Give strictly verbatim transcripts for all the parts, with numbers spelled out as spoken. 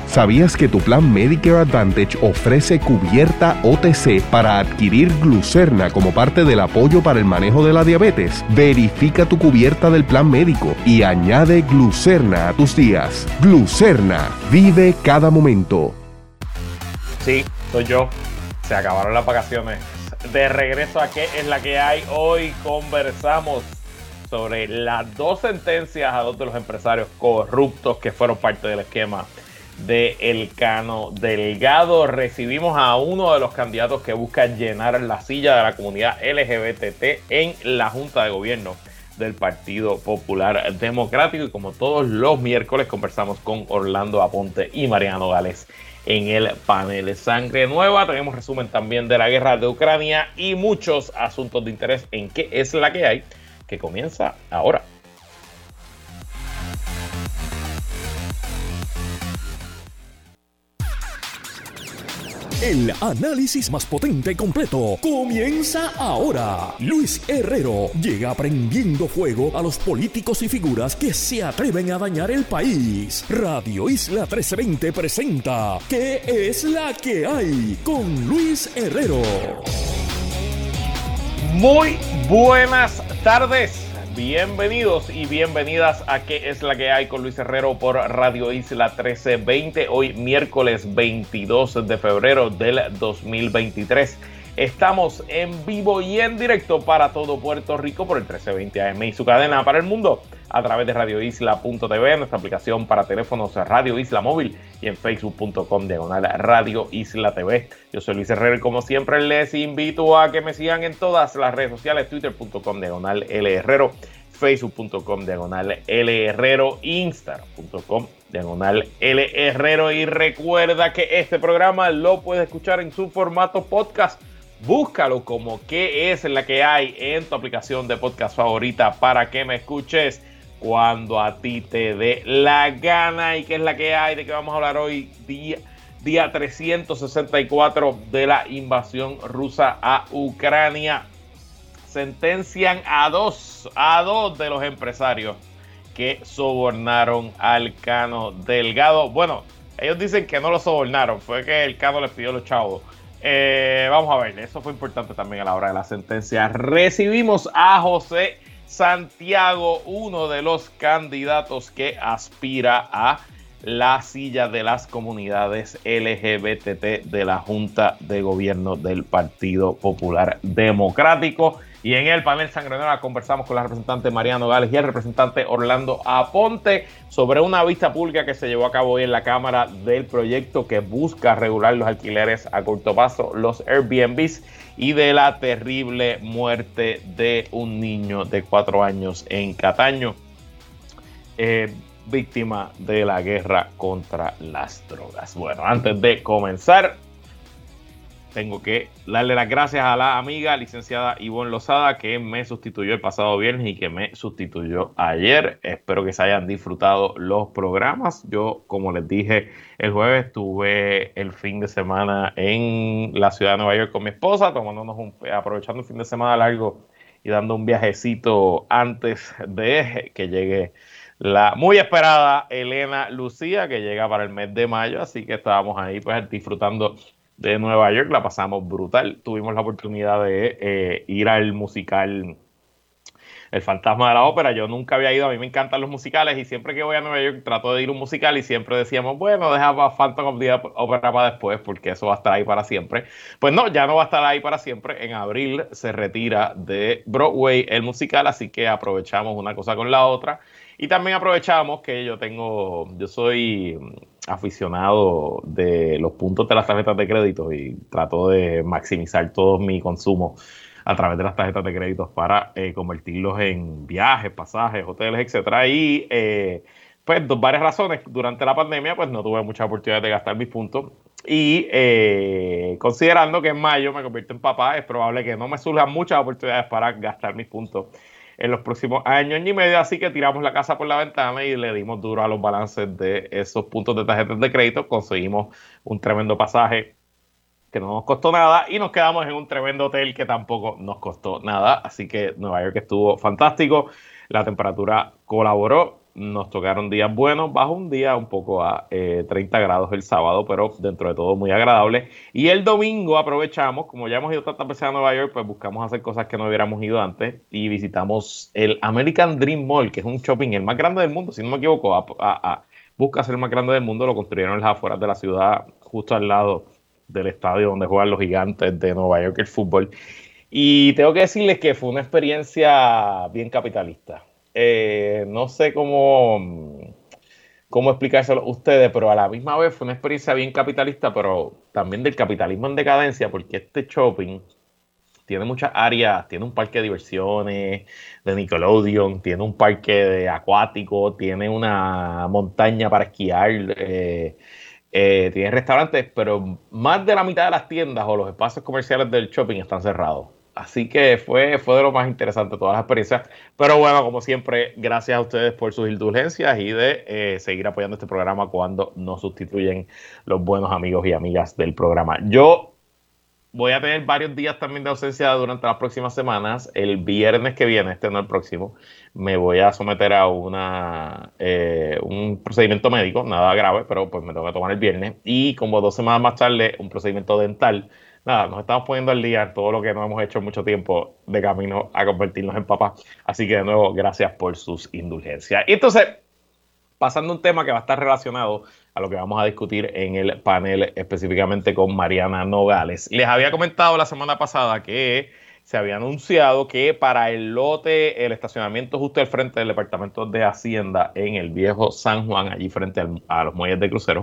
¿Sabías que tu plan Medicare Advantage ofrece cubierta O T C para adquirir Glucerna como parte del apoyo para el manejo de la diabetes? Verifica tu cubierta del plan médico y añade Glucerna a tus días. Glucerna, vive cada momento. Sí, soy yo. Se acabaron las vacaciones. De regreso a ¿Qué es la que hay? Hoy conversamos sobre las dos sentencias a dos de los empresarios corruptos que fueron parte del esquema de Elcano Delgado. Recibimos a uno de los candidatos que busca llenar la silla de la comunidad L G B T T en la Junta de Gobierno del Partido Popular Democrático, y como todos los miércoles conversamos con Orlando Aponte y Mariano Gales en el panel Sangre Nueva. Tenemos resumen también de la guerra de Ucrania y muchos asuntos de interés en ¿Qué es la que hay?, que comienza ahora. El análisis más potente y completo comienza ahora. Luis Herrero llega prendiendo fuego a los políticos y figuras que se atreven a dañar el país. Radio Isla trece veinte presenta ¿Qué es la que hay? Con Luis Herrero. Muy buenas tardes. Bienvenidos y bienvenidas a ¿Qué es la que hay? Con Luis Herrero por Radio Isla trece veinte. Hoy miércoles veintidós de febrero del dos mil veintitrés. Estamos en vivo y en directo para todo Puerto Rico por el trece veinte A M y su cadena para el mundo a través de radio isla punto t v, nuestra aplicación para teléfonos Radio Isla Móvil, y en facebook punto com diagonal Radio Isla T V. Yo soy Luis Herrero y como siempre les invito a que me sigan en todas las redes sociales: twitter punto com diagonal L Herrero, facebook punto com diagonal L Herrero, instagram punto com diagonal L Herrero. Y recuerda que este programa lo puedes escuchar en su formato podcast. Búscalo como ¿Qué es la que hay? En tu aplicación de podcast favorita para que me escuches cuando a ti te dé la gana. ¿Y qué es la que hay? ¿De qué vamos a hablar hoy? Día, día trescientos sesenta y cuatro de la invasión rusa a Ucrania. Sentencian a dos, a dos de los empresarios que sobornaron al Elcano Delgado. Bueno, ellos dicen que no lo sobornaron, fue que Elcano les pidió los chavos. Eh, vamos a ver, eso fue importante también a la hora de la sentencia. Recibimos a José Santiago, uno de los candidatos que aspira a la silla de las comunidades L G B T T de la Junta de Gobierno del Partido Popular Democrático. Y en el panel Sangre Nueva conversamos con la representante Mariano Gales y el representante Orlando Aponte sobre una vista pública que se llevó a cabo hoy en la Cámara del proyecto que busca regular los alquileres a corto plazo, los Airbnbs, y de la terrible muerte de un niño de cuatro años en Cataño, eh, víctima de la guerra contra las drogas. Bueno, antes de comenzar, tengo que darle las gracias a la amiga licenciada Ivonne Lozada, que me sustituyó el pasado viernes y que me sustituyó ayer. Espero que se hayan disfrutado los programas. Yo, como les dije el jueves, estuve el fin de semana en la ciudad de Nueva York con mi esposa, tomándonos un, aprovechando un fin de semana largo y dando un viajecito antes de que llegue la muy esperada Elena Lucía, que llega para el mes de mayo. Así que estábamos ahí pues disfrutando de Nueva York, la pasamos brutal. Tuvimos la oportunidad de eh, ir al musical El Fantasma de la Ópera. Yo nunca había ido, a mí me encantan los musicales y siempre que voy a Nueva York trato de ir a un musical y siempre decíamos, bueno, deja Phantom of the Opera para después porque eso va a estar ahí para siempre. Pues no, ya no va a estar ahí para siempre. En abril se retira de Broadway el musical, así que aprovechamos una cosa con la otra. Y también aprovechamos que yo tengo, yo soy aficionado de los puntos de las tarjetas de crédito y trato de maximizar todo mi consumo a través de las tarjetas de crédito para eh, convertirlos en viajes, pasajes, hoteles, etcétera. Y eh, pues dos varias razones. Durante la pandemia pues no tuve mucha oportunidad de gastar mis puntos. Y eh, considerando que en mayo me convierto en papá, es probable que no me surjan muchas oportunidades para gastar mis puntos en los próximos años y medio, así que tiramos la casa por la ventana y le dimos duro a los balances de esos puntos de tarjetas de crédito. Conseguimos un tremendo pasaje que no nos costó nada y nos quedamos en un tremendo hotel que tampoco nos costó nada, así que Nueva York estuvo fantástico, la temperatura colaboró nos tocaron días buenos, bajo un día un poco a eh, treinta grados el sábado, pero dentro de todo muy agradable. Y el domingo aprovechamos, como ya hemos ido tantas veces a Nueva York, pues buscamos hacer cosas que no hubiéramos ido antes y visitamos el American Dream Mall, que es un shopping el más grande del mundo, si no me equivoco, a, a, a, busca ser el más grande del mundo, lo construyeron en las afueras de la ciudad, justo al lado del estadio donde juegan los Gigantes de Nueva York el fútbol. Y tengo que decirles que fue una experiencia bien capitalista. Eh, no sé cómo, cómo explicárselo a ustedes, pero a la misma vez fue una experiencia bien capitalista, pero también del capitalismo en decadencia, porque este shopping tiene muchas áreas, tiene un parque de diversiones de Nickelodeon, tiene un parque de acuático, tiene una montaña para esquiar, eh, eh, tiene restaurantes, pero más de la mitad de las tiendas o los espacios comerciales del shopping están cerrados. Así que fue, fue de lo más interesante todas las experiencias. Pero bueno, como siempre, gracias a ustedes por sus indulgencias y de eh, seguir apoyando este programa cuando nos sustituyen los buenos amigos y amigas del programa. Yo voy a tener varios días también de ausencia durante las próximas semanas. El viernes que viene, este no el próximo, me voy a someter a una eh, un procedimiento médico, nada grave, pero pues me tengo que tomar el viernes. Y como dos semanas más tarde, un procedimiento dental. Nada, nos estamos poniendo al día todo lo que no hemos hecho mucho tiempo de camino a convertirnos en papás. Así que de nuevo, gracias por sus indulgencias. Y entonces, pasando a un tema que va a estar relacionado a lo que vamos a discutir en el panel, específicamente con Mariana Nogales. Les había comentado la semana pasada que se había anunciado que para el lote, el estacionamiento justo al frente del Departamento de Hacienda en el viejo San Juan, allí frente al, a los muelles de crucero,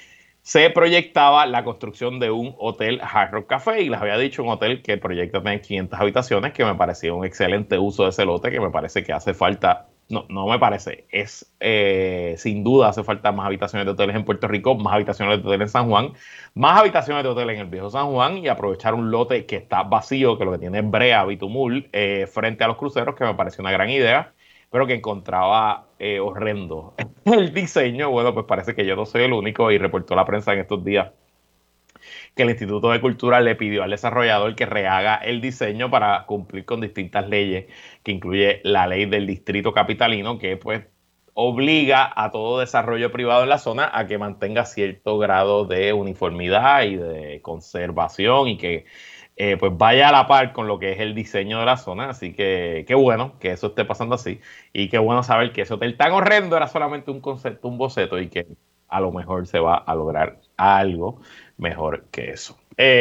se proyectaba la construcción de un hotel Hard Rock Café, y les había dicho un hotel que proyecta tener quinientas habitaciones, que me parecía un excelente uso de ese lote, que me parece que hace falta, no, no me parece, es eh, sin duda hace falta más habitaciones de hoteles en Puerto Rico, más habitaciones de hotel en San Juan, más habitaciones de hotel en el viejo San Juan, y aprovechar un lote que está vacío, que lo que tiene es brea, bitumul, eh, frente a los cruceros, que me pareció una gran idea, pero que encontraba eh, horrendo el diseño. Bueno, pues parece que yo no soy el único, y reportó la prensa en estos días que el Instituto de Cultura le pidió al desarrollador que rehaga el diseño para cumplir con distintas leyes, que incluye la ley del distrito capitalino, que pues obliga a todo desarrollo privado en la zona a que mantenga cierto grado de uniformidad y de conservación, y que Eh, pues vaya a la par con lo que es el diseño de la zona. Así que qué bueno que eso esté pasando así, y qué bueno saber que ese hotel tan horrendo era solamente un concepto, un boceto, y que a lo mejor se va a lograr algo mejor que eso.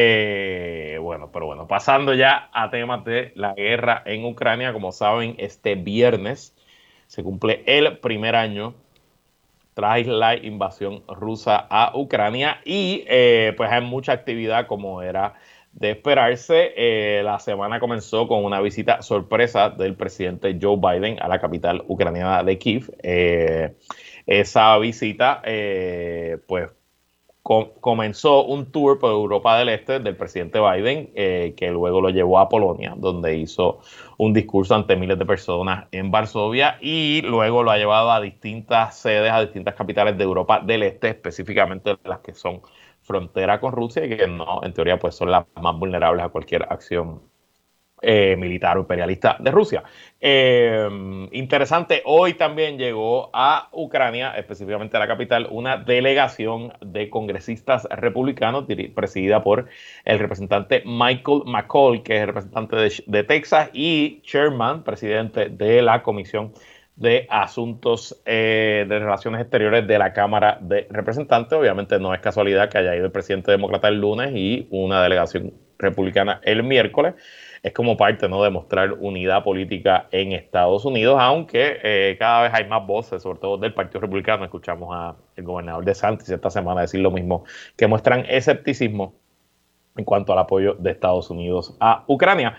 Eh, bueno, pero bueno, pasando ya a temas de la guerra en Ucrania. Como saben, este viernes se cumple el primer año tras la invasión rusa a Ucrania, y eh, pues hay mucha actividad como era de esperarse. Eh, la semana comenzó con una visita sorpresa del presidente Joe Biden a la capital ucraniana de Kiev. Eh, esa visita, eh, pues, com- comenzó un tour por Europa del Este del presidente Biden, eh, que luego lo llevó a Polonia, donde hizo un discurso ante miles de personas en Varsovia, y luego lo ha llevado a distintas sedes, a distintas capitales de Europa del Este, específicamente las que son frontera con Rusia, y que no, en teoría, pues son las más vulnerables a cualquier acción eh, militar o imperialista de Rusia. Eh, interesante, hoy también llegó a Ucrania, específicamente a la capital, una delegación de congresistas republicanos presidida por el representante Michael McCaul, que es el representante de, de Texas, y chairman, presidente de la Comisión de Asuntos eh, de Relaciones Exteriores de la Cámara de Representantes. Obviamente no es casualidad que haya ido el presidente demócrata el lunes y una delegación republicana el miércoles. Es como parte, ¿no?, de mostrar unidad política en Estados Unidos, aunque eh, cada vez hay más voces, sobre todo del Partido Republicano. Escuchamos al gobernador DeSantis esta semana decir lo mismo, que muestran escepticismo en cuanto al apoyo de Estados Unidos a Ucrania.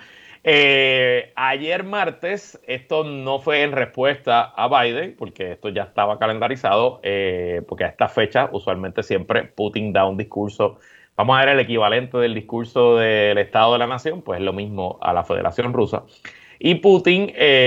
Eh, ayer martes, esto no fue en respuesta a Biden, porque esto ya estaba calendarizado, eh, porque a esta fecha usualmente siempre Putin da un discurso, vamos a ver el equivalente del discurso del Estado de la Nación, pues es lo mismo a la Federación Rusa. Y Putin,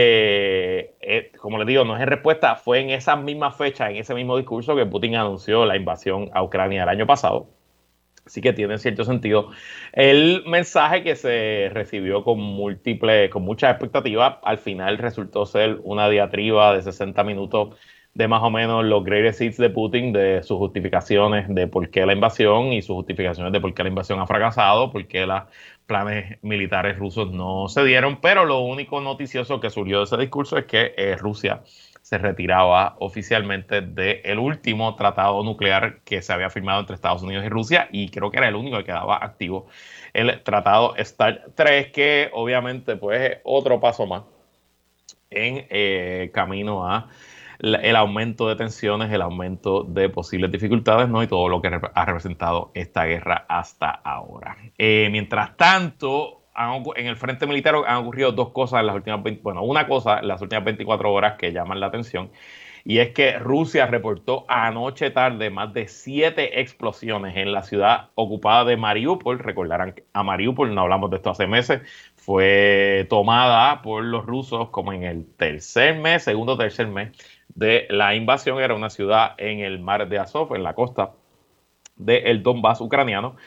eh, eh, como les digo, no es en respuesta, fue en esa misma fecha, en ese mismo discurso, que Putin anunció la invasión a Ucrania el año pasado. Así que tiene cierto sentido el mensaje, que se recibió con múltiples, con muchas expectativas. Al final resultó ser una diatriba de sesenta minutos de más o menos los greatest hits de Putin, de sus justificaciones de por qué la invasión y sus justificaciones de por qué la invasión ha fracasado, por qué los planes militares rusos no se dieron, pero lo único noticioso que surgió de ese discurso es que eh, Rusia se retiraba oficialmente del último tratado nuclear que se había firmado entre Estados Unidos y Rusia, y creo que era el único que quedaba activo, el tratado START tres, que obviamente pues es otro paso más en eh, camino a el aumento de tensiones, el aumento de posibles dificultades, ¿no? Y todo lo que ha representado esta guerra hasta ahora. Eh, mientras tanto, en el frente militar han ocurrido dos cosas en las últimas veinte, bueno, una cosa en las últimas veinticuatro horas que llaman la atención, y es que Rusia reportó anoche tarde más de siete explosiones en la ciudad ocupada de Mariupol. Recordarán que a Mariupol, no hablamos de esto hace meses, fue tomada por los rusos como en el tercer mes, segundo o tercer mes de la invasión. Era una ciudad en el mar de Azov, en la costa del Donbass ucraniano,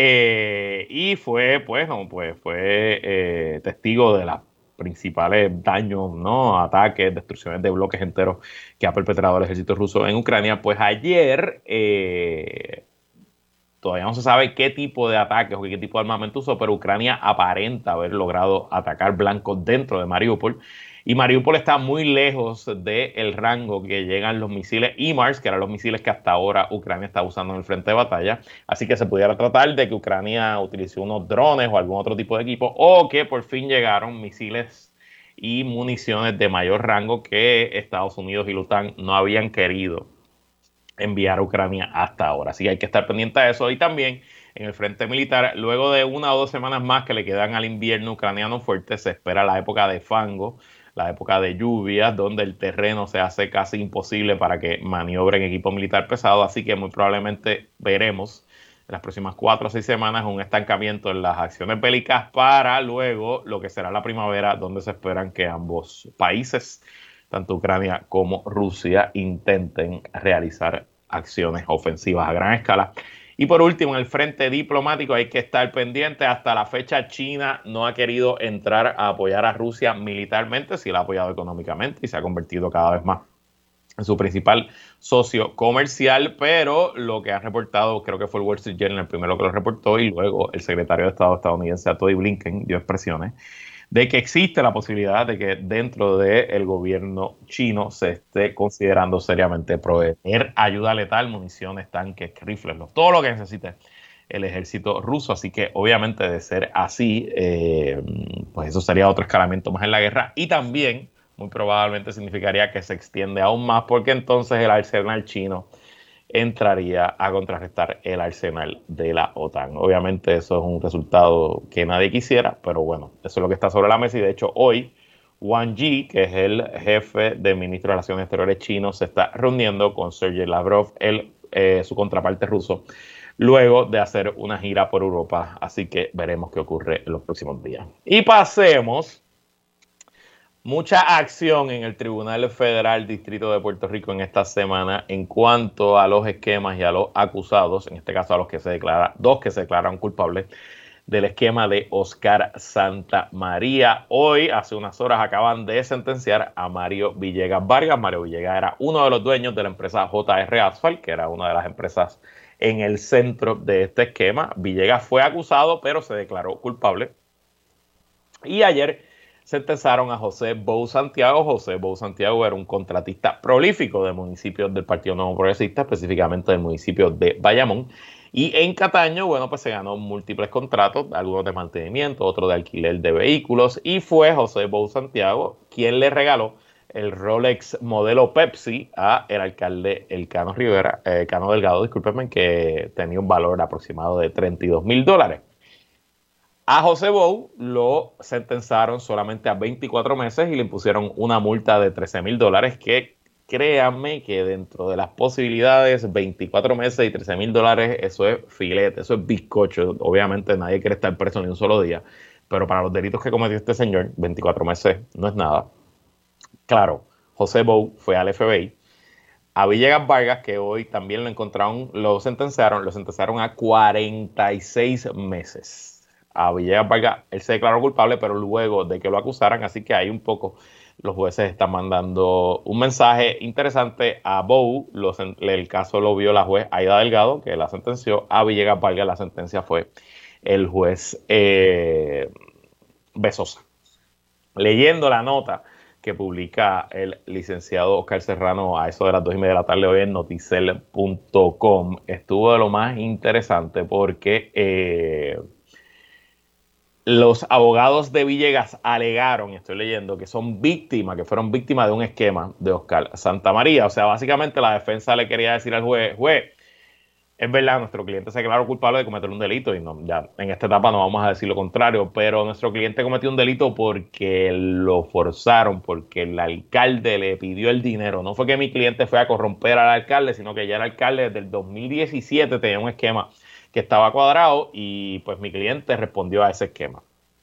eh, y fue, pues, no, pues, fue eh, testigo de los principales daños, ¿no? Ataques, destrucciones de bloques enteros que ha perpetrado el ejército ruso en Ucrania. Pues ayer eh, todavía no se sabe qué tipo de ataques o qué tipo de armamento usó, pero Ucrania aparenta haber logrado atacar blancos dentro de Mariupol. Y Mariupol está muy lejos del rango que llegan los misiles HIMARS, que eran los misiles que hasta ahora Ucrania está usando en el frente de batalla. Así que se pudiera tratar de que Ucrania utilizó unos drones o algún otro tipo de equipo, o que por fin llegaron misiles y municiones de mayor rango que Estados Unidos y la OTAN no habían querido enviar a Ucrania hasta ahora. Así que hay que estar pendiente de eso. Y también en el frente militar, luego de una o dos semanas más que le quedan al invierno ucraniano fuerte, se espera la época de fango, la época de lluvias, donde el terreno se hace casi imposible para que maniobren equipo militar pesado. Así que muy probablemente veremos en las próximas cuatro o seis semanas un estancamiento en las acciones bélicas, para luego lo que será la primavera, donde se esperan que ambos países, tanto Ucrania como Rusia, intenten realizar acciones ofensivas a gran escala. Y por último, en el frente diplomático hay que estar pendiente. Hasta la fecha, China no ha querido entrar a apoyar a Rusia militarmente, sí la ha apoyado económicamente y se ha convertido cada vez más en su principal socio comercial, pero lo que ha reportado, creo que fue el Wall Street Journal el primero que lo reportó, y luego el secretario de Estado estadounidense, Tony Blinken, dio expresiones de que existe la posibilidad de que dentro del gobierno chino se esté considerando seriamente proveer ayuda letal, municiones, tanques, rifles, todo lo que necesite el ejército ruso. Así que obviamente, de ser así, eh, pues eso sería otro escalamiento más en la guerra, y también muy probablemente significaría que se extiende aún más, porque entonces el arsenal chino entraría a contrarrestar el arsenal de la OTAN. Obviamente eso es un resultado que nadie quisiera, pero bueno, eso es lo que está sobre la mesa. Y de hecho hoy Wang Yi, que es el jefe del ministro de Relaciones Exteriores chino, se está reuniendo con Sergei Lavrov, el, eh, su contraparte ruso, luego de hacer una gira por Europa. Así que veremos qué ocurre en los próximos días. Y pasemos. Mucha acción en el Tribunal Federal Distrito de Puerto Rico en esta semana en cuanto a los esquemas y a los acusados, en este caso a los que se declara, dos que se declararon culpables del esquema de Oscar Santamaría. Hoy, hace unas horas, acaban de sentenciar a Mario Villegas Vargas. Mario Villegas era uno de los dueños de la empresa J R Asphalt, que era una de las empresas en el centro de este esquema. Villegas fue acusado, pero se declaró culpable. Y ayer sentenciaron a José Bou Santiago. José Bou Santiago era un contratista prolífico de municipios del Partido Nuevo Progresista, específicamente del municipio de Bayamón. Y en Cataño, bueno, pues se ganó múltiples contratos, algunos de mantenimiento, otros de alquiler de vehículos, y fue José Bou Santiago quien le regaló el Rolex modelo Pepsi a el alcalde El Cano Rivera, eh, Cano Delgado, discúlpenme, que tenía un valor aproximado de treinta y dos mil dólares. A José Bou lo sentenciaron solamente a veinticuatro meses y le impusieron una multa de trece mil dólares, que créanme que dentro de las posibilidades, veinticuatro meses y trece mil dólares, eso es filete, eso es bizcocho. Obviamente nadie quiere estar preso ni un solo día, pero para los delitos que cometió este señor, veinticuatro meses no es nada. Claro, José Bou fue al F B I. A Villegas Vargas, que hoy también lo encontraron, lo sentenciaron, lo sentenciaron a cuarenta y seis meses. A Villegas Vargas, él se declaró culpable, pero luego de que lo acusaran, así que hay un poco los jueces están mandando un mensaje interesante a Bou. Los, el caso lo vio la juez Aida Delgado, que la sentenció. A Villegas Vargas la sentencia fue el juez eh, Bezosa. Leyendo la nota que publica el licenciado Oscar Serrano a eso de las dos y media de la tarde hoy en noticel punto com, estuvo de lo más interesante porque eh, los abogados de Villegas alegaron, y estoy leyendo, que son víctimas, que fueron víctimas de un esquema de Oscar Santamaría. O sea, básicamente la defensa le quería decir al juez, juez, es verdad, nuestro cliente se declaró culpable de cometer un delito y no, ya en esta etapa no vamos a decir lo contrario, pero nuestro cliente cometió un delito porque lo forzaron, porque el alcalde le pidió el dinero. No fue que mi cliente fue a corromper al alcalde, sino que ya el alcalde desde el dos mil diecisiete tenía un esquema que estaba cuadrado y pues mi cliente respondió a ese esquema.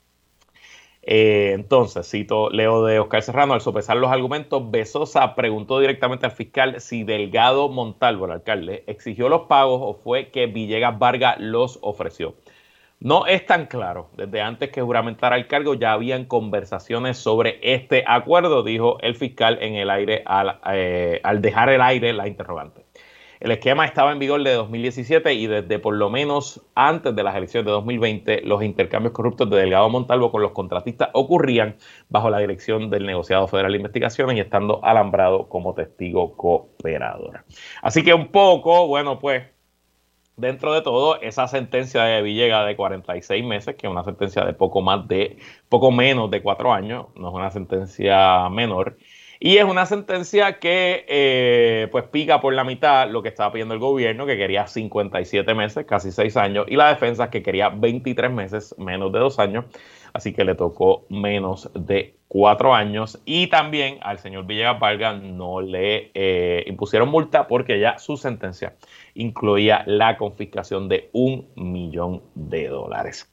Eh, entonces, cito, leo de Oscar Serrano, al sopesar los argumentos, Bezosa preguntó directamente al fiscal si Delgado Montalvo, el alcalde, exigió los pagos o fue que Villegas Vargas los ofreció. No es tan claro. Desde antes que juramentara el cargo ya habían conversaciones sobre este acuerdo, dijo el fiscal en el aire al, eh, al dejar el aire la interrogante. El esquema estaba en vigor de dos mil diecisiete y desde por lo menos antes de las elecciones de dos mil veinte, los intercambios corruptos de Delgado Montalvo con los contratistas ocurrían bajo la dirección del negociado federal de investigaciones y estando alambrado como testigo cooperador. Así que un poco, bueno, pues, dentro de todo, esa sentencia de Villegas de cuarenta y seis meses, que es una sentencia de poco más de, poco menos de cuatro años, no es una sentencia menor. Y es una sentencia que eh, pues pica por la mitad lo que estaba pidiendo el gobierno, que quería cincuenta y siete meses, casi seis años, y la defensa que quería veintitrés meses, menos de dos años, así que le tocó menos de cuatro años. Y también al señor Villegas Vargas no le eh, impusieron multa porque ya su sentencia incluía la confiscación de un millón de dólares.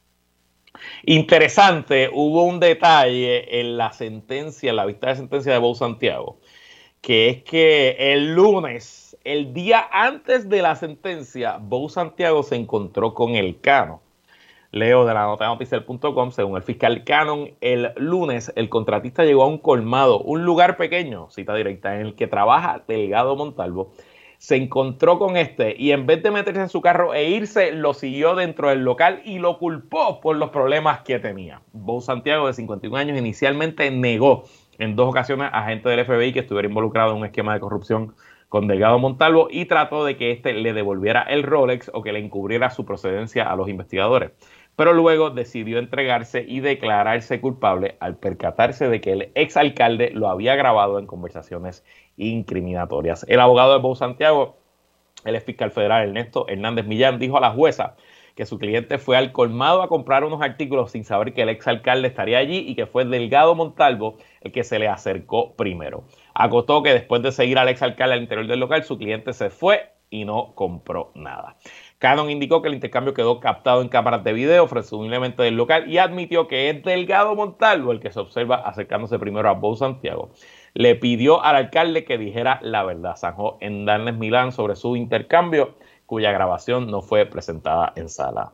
Interesante, hubo un detalle en la sentencia, en la vista de sentencia de Bou Santiago, que es que el lunes, el día antes de la sentencia, Bou Santiago se encontró con el Cano. Leo de la nota de noticel punto com, según el fiscal Cannon, el lunes el contratista llegó a un colmado, un lugar pequeño, cita directa, en el que trabaja Delgado Montalvo. Se encontró con este y en vez de meterse en su carro e irse, lo siguió dentro del local y lo culpó por los problemas que tenía. Bou Santiago, de cincuenta y un años, inicialmente negó en dos ocasiones a agentes del F B I que estuviera involucrado en un esquema de corrupción con Delgado Montalvo y trató de que éste le devolviera el Rolex o que le encubriera su procedencia a los investigadores. Pero luego decidió entregarse y declararse culpable al percatarse de que el exalcalde lo había grabado en conversaciones incriminatorias. El abogado de Bou Santiago, el ex fiscal federal Ernesto Hernández Millán, dijo a la jueza que su cliente fue al colmado a comprar unos artículos sin saber que el exalcalde estaría allí y que fue Delgado Montalvo el que se le acercó primero. Acotó que después de seguir al exalcalde al interior del local, su cliente se fue y no compró nada. Cannon indicó que el intercambio quedó captado en cámaras de video, presumiblemente del local, y admitió que es Delgado Montalvo el que se observa acercándose primero a Bou Santiago. Le pidió al alcalde que dijera la verdad. Zanjó Hernández Millán sobre su intercambio, cuya grabación no fue presentada en sala.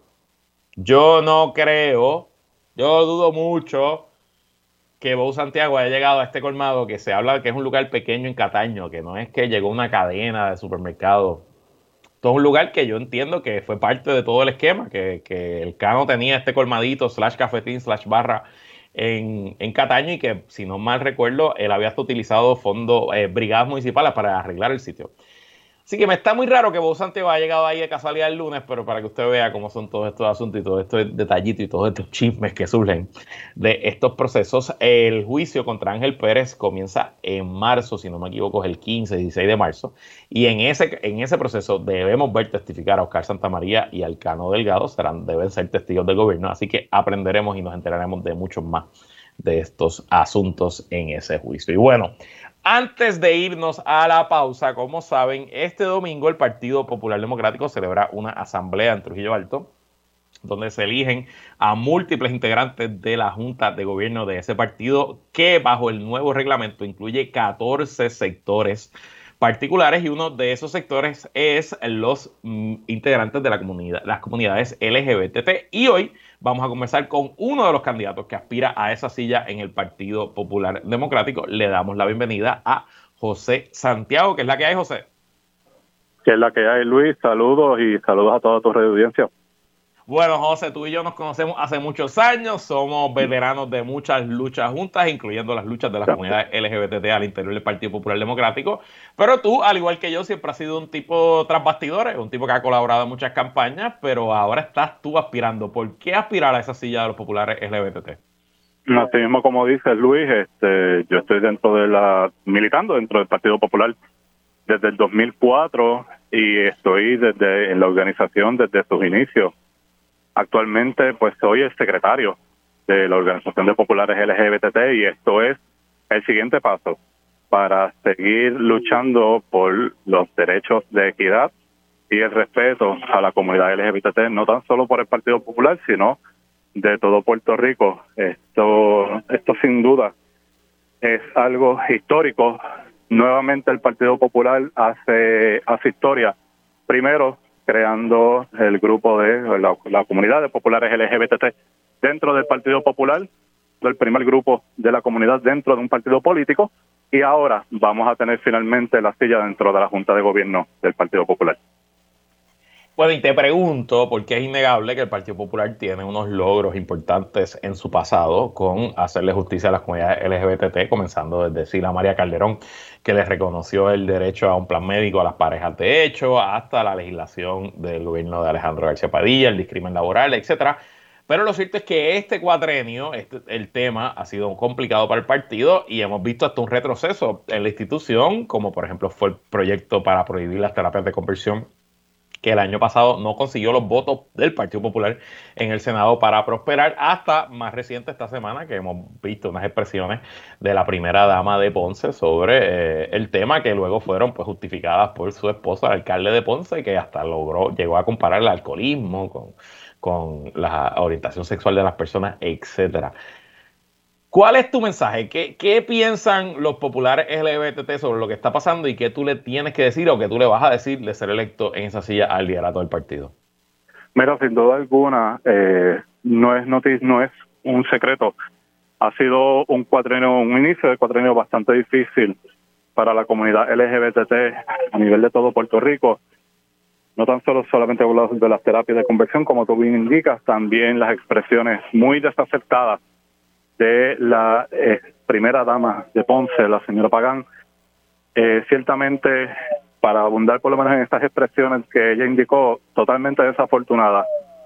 Yo no creo, yo dudo mucho que Bou Santiago haya llegado a este colmado, que se habla de que es un lugar pequeño en Cataño, que no es que llegó una cadena de supermercados. Todo es un lugar que yo entiendo que fue parte de todo el esquema, que, que el Cano tenía este colmadito, slash cafetín, slash barra en, en Cataño y que, si no mal recuerdo, él había hasta utilizado fondos, eh, brigadas municipales para arreglar el sitio. Así que me está muy raro que Bou Santiago haya llegado ahí de casualidad el lunes, pero para que usted vea cómo son todos estos asuntos y todos estos detallitos y todos estos chismes que surgen de estos procesos. El juicio contra Ángel Pérez comienza en marzo, si no me equivoco, es el quince, dieciséis de marzo. Y en ese, en ese proceso debemos ver testificar a Oscar Santamaría y al Cano Delgado. Serán, deben ser testigos del gobierno, así que aprenderemos y nos enteraremos de muchos más de estos asuntos en ese juicio. Y bueno, antes de irnos a la pausa, como saben, este domingo el Partido Popular Democrático celebra una asamblea en Trujillo Alto, donde se eligen a múltiples integrantes de la Junta de Gobierno de ese partido, que bajo el nuevo reglamento incluye catorce sectores particulares, y uno de esos sectores es los mm, integrantes de la comunidad, las comunidades L G B T T. Y hoy vamos a conversar con uno de los candidatos que aspira a esa silla en el Partido Popular Democrático. Le damos la bienvenida a José Santiago, que es la que hay, José. Que es la que hay, Luis. Saludos y saludos a toda tu red de audiencia. Bueno, José, tú y yo nos conocemos hace muchos años, somos veteranos de muchas luchas juntas, incluyendo las luchas de las comunidades L G B T T al interior del Partido Popular Democrático, pero tú, al igual que yo, siempre has sido un tipo tras bastidores, un tipo que ha colaborado en muchas campañas, pero ahora estás tú aspirando. ¿Por qué aspirar a esa silla de los populares L G B T T? Así mismo como dice Luis, este, yo estoy dentro de la, militando dentro del Partido Popular desde el dos mil cuatro y estoy desde en la organización desde sus inicios. Actualmente, pues soy el secretario de la Organización de Populares L G B T T y esto es el siguiente paso para seguir luchando por los derechos de equidad y el respeto a la comunidad L G B T T, no tan solo por el Partido Popular, sino de todo Puerto Rico. Esto, esto sin duda es algo histórico. Nuevamente el Partido Popular hace, hace historia. Primero, creando el grupo de la, la comunidad de populares L G B T T dentro del Partido Popular, el primer grupo de la comunidad dentro de un partido político, y ahora vamos a tener finalmente la silla dentro de la Junta de Gobierno del Partido Popular. Bueno, y te pregunto, porque es innegable que el Partido Popular tiene unos logros importantes en su pasado con hacerle justicia a las comunidades L G B T T, comenzando desde Sila María Calderón, que les reconoció el derecho a un plan médico a las parejas de hecho, hasta la legislación del gobierno de Alejandro García Padilla, el discrimen laboral, etcétera. Pero lo cierto es que este cuatrenio, este, el tema ha sido complicado para el partido y hemos visto hasta un retroceso en la institución, como por ejemplo fue el proyecto para prohibir las terapias de conversión, que el año pasado no consiguió los votos del Partido Popular en el Senado para prosperar, hasta más reciente esta semana que hemos visto unas expresiones de la primera dama de Ponce sobre eh, el tema, que luego fueron pues justificadas por su esposo, el alcalde de Ponce, que hasta logró, llegó a comparar el alcoholismo con, con la orientación sexual de las personas, etcétera. ¿Cuál es tu mensaje? ¿Qué, ¿Qué piensan los populares L G B T T sobre lo que está pasando y qué tú le tienes que decir o qué tú le vas a decir de ser electo en esa silla al liderato del partido? Mira, sin duda alguna, eh, no es noticia, no es un secreto. Ha sido un cuatrenio, un inicio de cuatrenio bastante difícil para la comunidad L G B T T a nivel de todo Puerto Rico. No tan solo solamente hablamos de las terapias de conversión, como tú bien indicas, también las expresiones muy desacertadas de la eh, primera dama de Ponce, la señora Pagán. Eh, ciertamente, para abundar por lo menos en estas expresiones que ella indicó, totalmente desafortunada.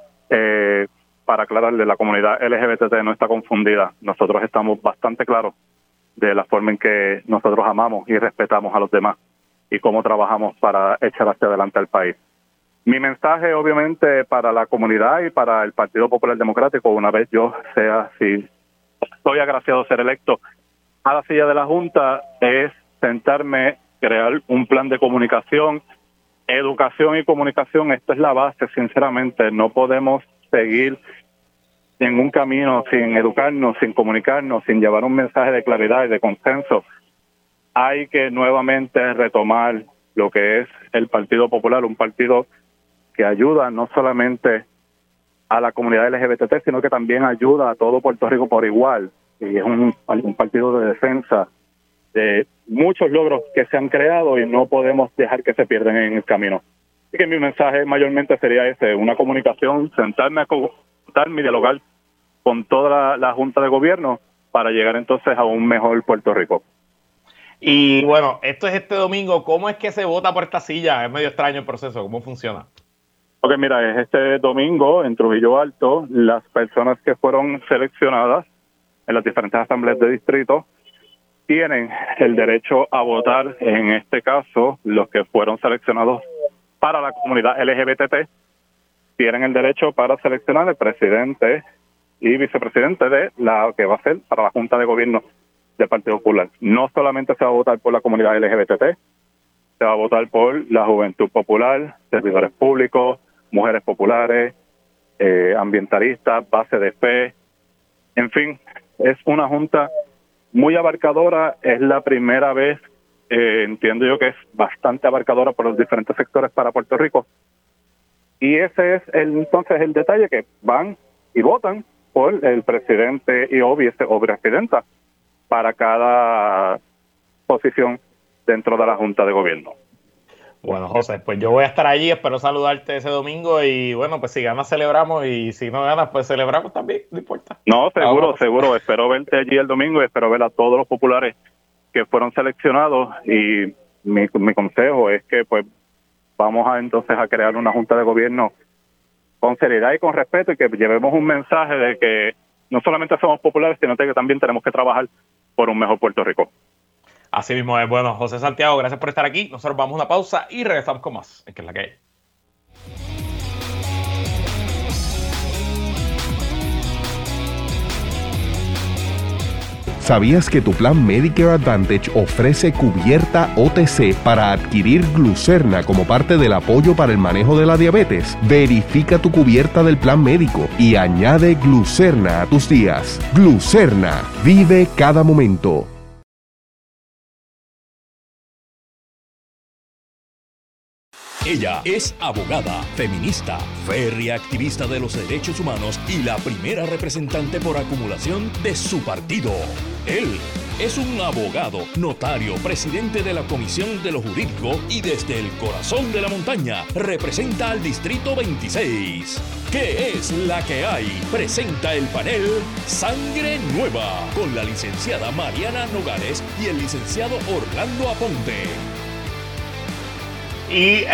Eh, para aclararle, la comunidad L G B T T no está confundida. Nosotros estamos bastante claros de la forma en que nosotros amamos y respetamos a los demás y cómo trabajamos para echar hacia adelante al país. Mi mensaje, obviamente, para la comunidad y para el Partido Popular Democrático, una vez yo sea, si estoy agraciado de ser electo a la silla de la Junta, es sentarme, crear un plan de comunicación, educación y comunicación. Esto es la base, sinceramente. No podemos seguir en un camino sin educarnos, sin comunicarnos, sin llevar un mensaje de claridad y de consenso. Hay que nuevamente retomar lo que es el Partido Popular, un partido que ayuda no solamente a la comunidad L G B T T, sino que también ayuda a todo Puerto Rico por igual. Y es un, un partido de defensa de muchos logros que se han creado y no podemos dejar que se pierdan en el camino. Así que mi mensaje mayormente sería ese, una comunicación, sentarme a contarme y dialogar con toda la, la Junta de Gobierno para llegar entonces a un mejor Puerto Rico. Y bueno, esto es este domingo. ¿Cómo es que se vota por esta silla? Es medio extraño el proceso. ¿Cómo funciona? Ok, mira, es este domingo en Trujillo Alto. Las personas que fueron seleccionadas en las diferentes asambleas de distrito tienen el derecho a votar. En este caso, los que fueron seleccionados para la comunidad L G B T T tienen el derecho para seleccionar el presidente y vicepresidente de la que va a ser para la Junta de Gobierno del Partido Popular. No solamente se va a votar por la comunidad L G B T T, se va a votar por la Juventud Popular, servidores públicos, mujeres populares, eh, ambientalistas, base de fe, en fin, es una junta muy abarcadora. Es la primera vez eh, entiendo yo que es bastante abarcadora por los diferentes sectores para Puerto Rico. Y ese es el, entonces el detalle, que van y votan por el presidente y o, vice, o presidenta para cada posición dentro de la Junta de Gobierno. Bueno, José, pues yo voy a estar allí, espero saludarte ese domingo y bueno, pues si ganas celebramos y si no ganas pues celebramos también, no importa. No, seguro, Vamos. seguro, espero verte allí el domingo y espero ver a todos los populares que fueron seleccionados, y mi, mi consejo es que pues vamos a entonces a crear una Junta de Gobierno con seriedad y con respeto, y que llevemos un mensaje de que no solamente somos populares, sino que también tenemos que trabajar por un mejor Puerto Rico. Así mismo es. Bueno, José Santiago, gracias por estar aquí. Nosotros vamos a una pausa y regresamos con más, que es la que hay. ¿Sabías que tu plan Medicare Advantage ofrece cubierta O T C para adquirir Glucerna como parte del apoyo para el manejo de la diabetes? Verifica tu cubierta del plan médico y añade Glucerna a tus días. Glucerna, vive cada momento. Ella es abogada, feminista, férrea activista de los derechos humanos y la primera representante por acumulación de su partido. Él es un abogado, notario, presidente de la Comisión de lo Jurídico y desde el corazón de la montaña representa al Distrito veintiséis. ¿Qué es la que hay? Presenta el panel Sangre Nueva con la licenciada Mariana Nogales y el licenciado Orlando Aponte. Y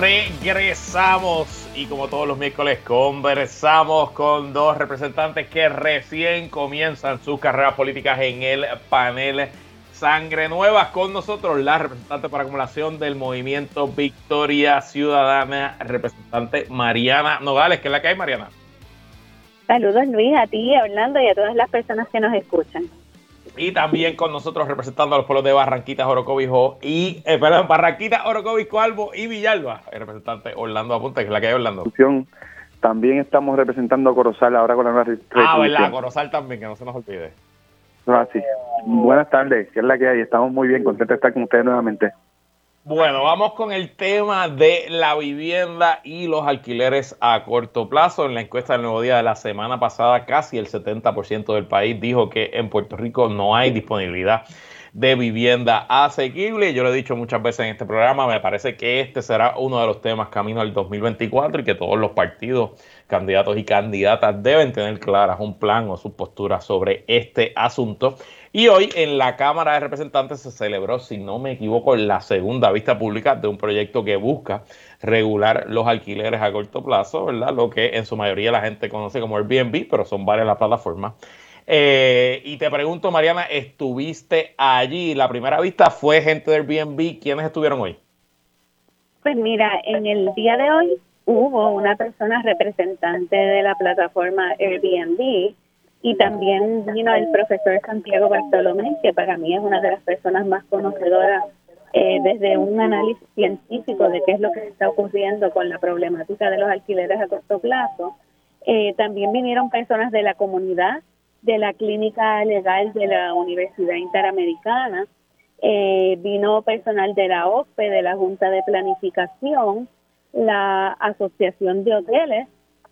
regresamos, y como todos los miércoles conversamos con dos representantes que recién comienzan sus carreras políticas en el panel Sangre Nueva. Con nosotros la representante por acumulación del movimiento Victoria Ciudadana, representante Mariana Nogales. ¿Qué es la que hay, Mariana? Saludos, Luis, a ti, a Orlando y a todas las personas que nos escuchan. Y también con nosotros representando a los pueblos de Barranquitas, Orocovis y eh, perdón, Barranquitas, Orocovis, Coalbo y Villalba, el representante Orlando Aponte, que es la que hay, Orlando. También estamos representando a Corozal ahora con la nueva resolución. Ah, verdad, Corozal también, que no se nos olvide. Ah, sí. Buenas tardes, que es la que hay. Estamos muy bien, contentos de estar con ustedes nuevamente. Bueno, vamos con el tema de la vivienda y los alquileres a corto plazo. En la encuesta del Nuevo Día de la semana pasada, casi el setenta por ciento del país dijo que en Puerto Rico no hay disponibilidad de vivienda asequible. Yo lo he dicho muchas veces en este programa, me parece que este será uno de los temas camino al dos mil veinticuatro y que todos los partidos, candidatos y candidatas deben tener claras un plan o su postura sobre este asunto. Y hoy en la Cámara de Representantes se celebró, si no me equivoco, la segunda vista pública de un proyecto que busca regular los alquileres a corto plazo, ¿verdad? Lo que en su mayoría la gente conoce como Airbnb, pero son varias las plataformas. Eh, y te pregunto, Mariana, ¿estuviste allí? La primera vista fue gente de Airbnb. ¿Quiénes estuvieron hoy? Pues mira, en el día de hoy hubo una persona representante de la plataforma Airbnb y también vino el profesor Santiago Bartolomé, que para mí es una de las personas más conocedoras eh, desde un análisis científico de qué es lo que está ocurriendo con la problemática de los alquileres a corto plazo. Eh, también vinieron personas de la comunidad, de la Clínica Legal de la Universidad Interamericana, eh, vino personal de la O S P E, de la Junta de Planificación, la Asociación de Hoteles,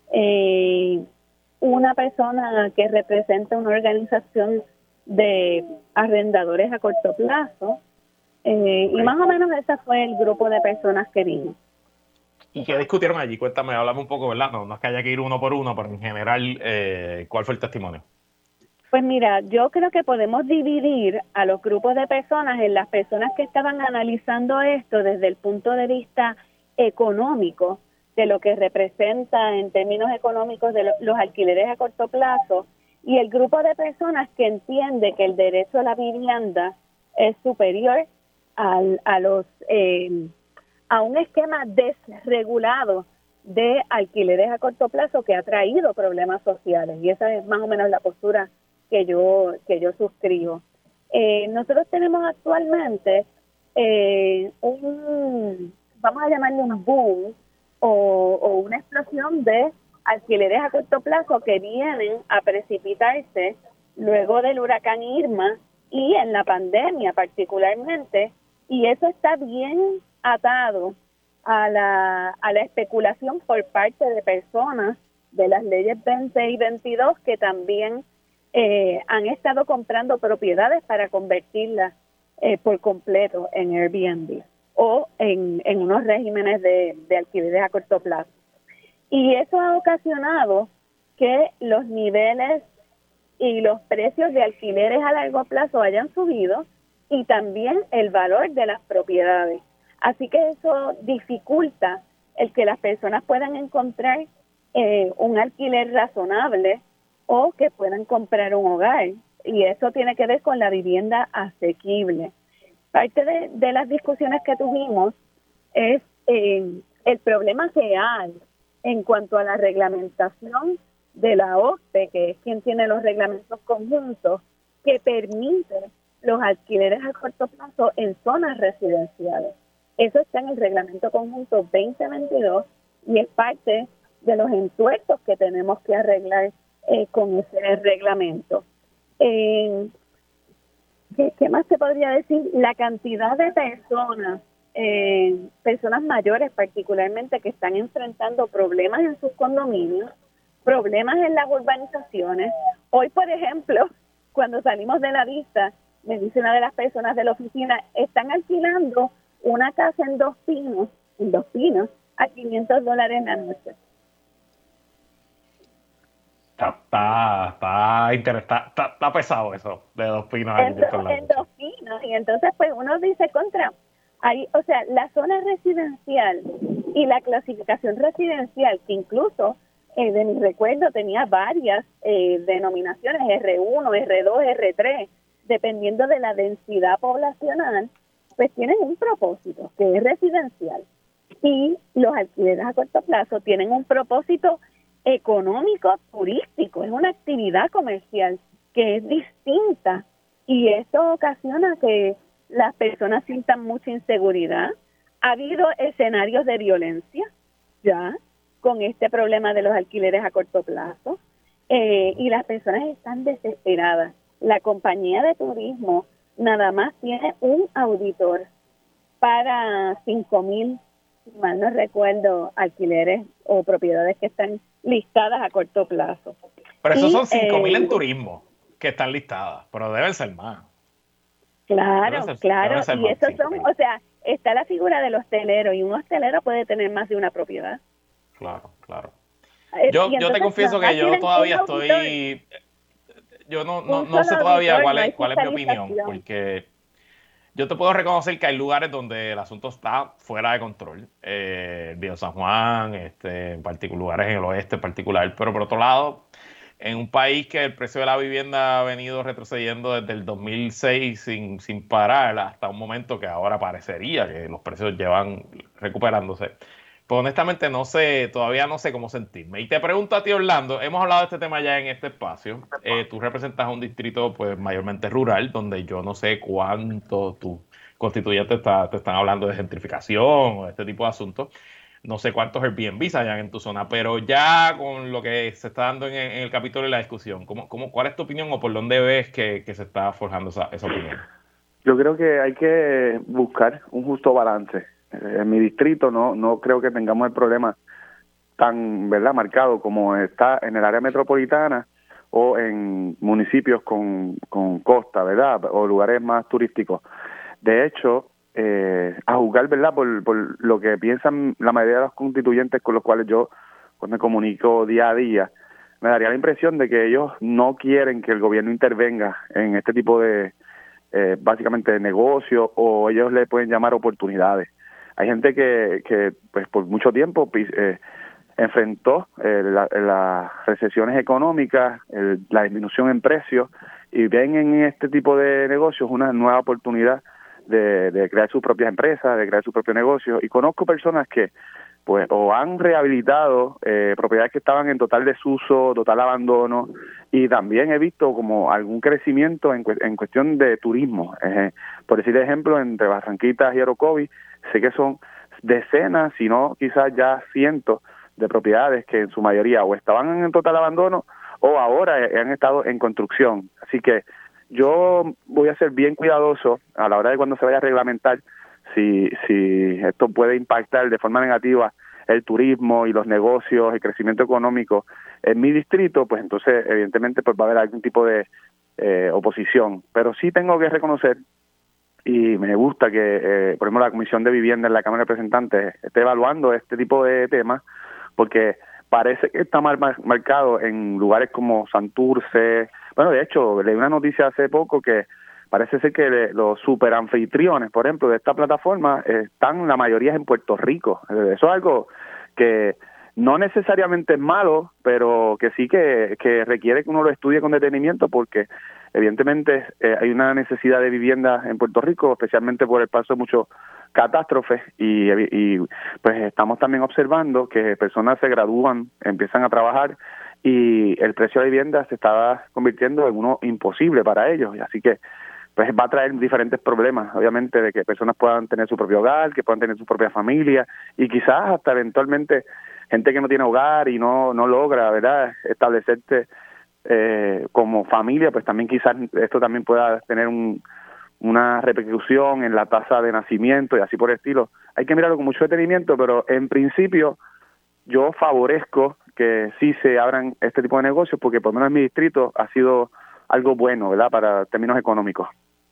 eh, una persona que representa una organización de arrendadores a corto plazo, eh, y más o menos ese fue el grupo de personas que vino. ¿Y qué discutieron allí? Cuéntame, háblame un poco, ¿verdad? No, no es que haya que ir uno por uno, pero en general, eh, ¿cuál fue el testimonio? Pues mira, yo creo que podemos dividir a los grupos de personas en las personas que estaban analizando esto desde el punto de vista económico, de lo que representa en términos económicos de lo, los alquileres a corto plazo, y el grupo de personas que entiende que el derecho a la vivienda es superior al, a los eh, a un esquema desregulado de alquileres a corto plazo que ha traído problemas sociales, y esa es más o menos la postura que yo que yo suscribo. Eh, nosotros tenemos actualmente eh, un, vamos a llamarle un boom o, o una explosión de alquileres a corto plazo que vienen a precipitarse luego del huracán Irma y en la pandemia particularmente, Y eso está bien atado a la, a la especulación por parte de personas de las leyes veinte y veintidós que también eh, han estado comprando propiedades para convertirlas eh, por completo en Airbnb o en, en unos regímenes de, de alquileres a corto plazo. Y eso ha ocasionado que los niveles y los precios de alquileres a largo plazo hayan subido y también el valor de las propiedades. Así que eso dificulta el que las personas puedan encontrar eh, un alquiler razonable o que puedan comprar un hogar. Y eso tiene que ver con la vivienda asequible. Parte de, de las discusiones que tuvimos es eh, el problema real en cuanto a la reglamentación de la O S P E, que es quien tiene los reglamentos conjuntos, que permite los alquileres a corto plazo en zonas residenciales. Eso está en el reglamento conjunto veinte veintidós y es parte de los entuertos que tenemos que arreglar eh, con ese reglamento. Eh, ¿qué, ¿Qué más se podría decir? La cantidad de personas, eh, personas mayores particularmente, que están enfrentando problemas en sus condominios, problemas en las urbanizaciones. Hoy, por ejemplo, cuando salimos de la vista, me dice una de las personas de la oficina, están alquilando una casa en Dos Pinos, en Dos Pinos, a quinientos dólares en la noche. Está, está, está, inter, está, está, está pesado eso, de Dos Pinos. En, do, en Dos Pinos, y entonces pues uno dice contra, ahí, o sea, la zona residencial y la clasificación residencial, que incluso eh, de mi recuerdo tenía varias eh, denominaciones, R uno, R dos, R tres, dependiendo de la densidad poblacional, pues tienen un propósito, que es residencial. Y los alquileres a corto plazo tienen un propósito económico, turístico, es una actividad comercial que es distinta. Y esto ocasiona que las personas sientan mucha inseguridad. Ha habido escenarios de violencia, ya, con este problema de los alquileres a corto plazo. Eh, y las personas están desesperadas. La compañía de turismo nada más tiene un auditor para cinco mil, si mal no recuerdo, alquileres o propiedades que están listadas a corto plazo. Pero esos y, son cinco mil eh, en turismo que están listadas, pero deben ser más. Claro, ser, claro, y más, esos son, o sea, está la figura del hostelero y un hostelero puede tener más de una propiedad. Claro, claro. Eh, Yo, entonces, yo te confieso que yo todavía estoy... Yo no, no, no sé todavía cuál es, cuál es mi opinión, porque yo te puedo reconocer que hay lugares donde el asunto está fuera de control. Eh, el Viejo San Juan, este, en particular, lugares en el oeste en particular, pero por otro lado, en un país que el precio de la vivienda ha venido retrocediendo desde el dos mil seis sin, sin parar hasta un momento que ahora parecería que los precios llevan recuperándose. Pues honestamente no sé, todavía no sé cómo sentirme. Y te pregunto a ti, Orlando, hemos hablado de este tema ya en este espacio. Eh, tú representas un distrito pues mayormente rural, donde yo no sé cuánto tus constituyentes está, te están hablando de gentrificación o de este tipo de asuntos. No sé cuántos Airbnbs hayan en tu zona, pero ya con lo que se está dando en, en el capítulo de la discusión, ¿cómo, cómo, ¿cuál es tu opinión o por dónde ves que, que se está forjando esa, esa opinión? Yo creo que hay que buscar un justo balance. En mi distrito no no creo que tengamos el problema tan, ¿verdad?, marcado como está en el área metropolitana o en municipios con, con costa, ¿verdad?, o lugares más turísticos. De hecho, eh, a juzgar, ¿verdad?, por, por lo que piensan la mayoría de los constituyentes con los cuales yo pues, me comunico día a día, me daría la impresión de que ellos no quieren que el gobierno intervenga en este tipo de, eh, básicamente, de negocios, o ellos le pueden llamar oportunidades. Hay gente que, que pues por mucho tiempo eh, enfrentó eh, las la recesiones económicas, el, la disminución en precios, y ven en este tipo de negocios una nueva oportunidad de, de crear sus propias empresas, de crear sus propios negocios. Y conozco personas que pues o han rehabilitado eh, propiedades que estaban en total desuso, total abandono, y también he visto como algún crecimiento en, en cuestión de turismo. Eh, por decir ejemplo, entre Barranquitas y Orocovis, sé que son decenas, si no quizás ya cientos de propiedades que en su mayoría o estaban en total abandono o ahora han estado en construcción. Así que yo voy a ser bien cuidadoso a la hora de cuando se vaya a reglamentar si, si esto puede impactar de forma negativa el turismo y los negocios, el crecimiento económico en mi distrito, pues entonces evidentemente pues va a haber algún tipo de eh, oposición. Pero sí tengo que reconocer, y me gusta que, eh, por ejemplo, la Comisión de Vivienda en la Cámara de Representantes esté evaluando este tipo de temas, porque parece que está mal marcado en lugares como Santurce. Bueno, de hecho, leí una noticia hace poco que parece ser que los superanfitriones, por ejemplo, de esta plataforma, están la mayoría en Puerto Rico. Eso es algo que no necesariamente es malo, pero que sí que, que requiere que uno lo estudie con detenimiento, porque evidentemente eh, hay una necesidad de vivienda en Puerto Rico, especialmente por el paso de muchos catástrofes, y, y pues estamos también observando que personas se gradúan, empiezan a trabajar, y el precio de vivienda se está convirtiendo en uno imposible para ellos, y así que pues va a traer diferentes problemas, obviamente, de que personas puedan tener su propio hogar, que puedan tener su propia familia, y quizás hasta eventualmente gente que no tiene hogar y no no logra, ¿verdad?, establecerse eh, como familia, pues también quizás esto también pueda tener un, una repercusión en la tasa de nacimiento y así por el estilo. Hay que mirarlo con mucho detenimiento, pero en principio yo favorezco que sí se abran este tipo de negocios, porque por lo menos en mi distrito ha sido algo bueno, ¿verdad?, para términos económicos.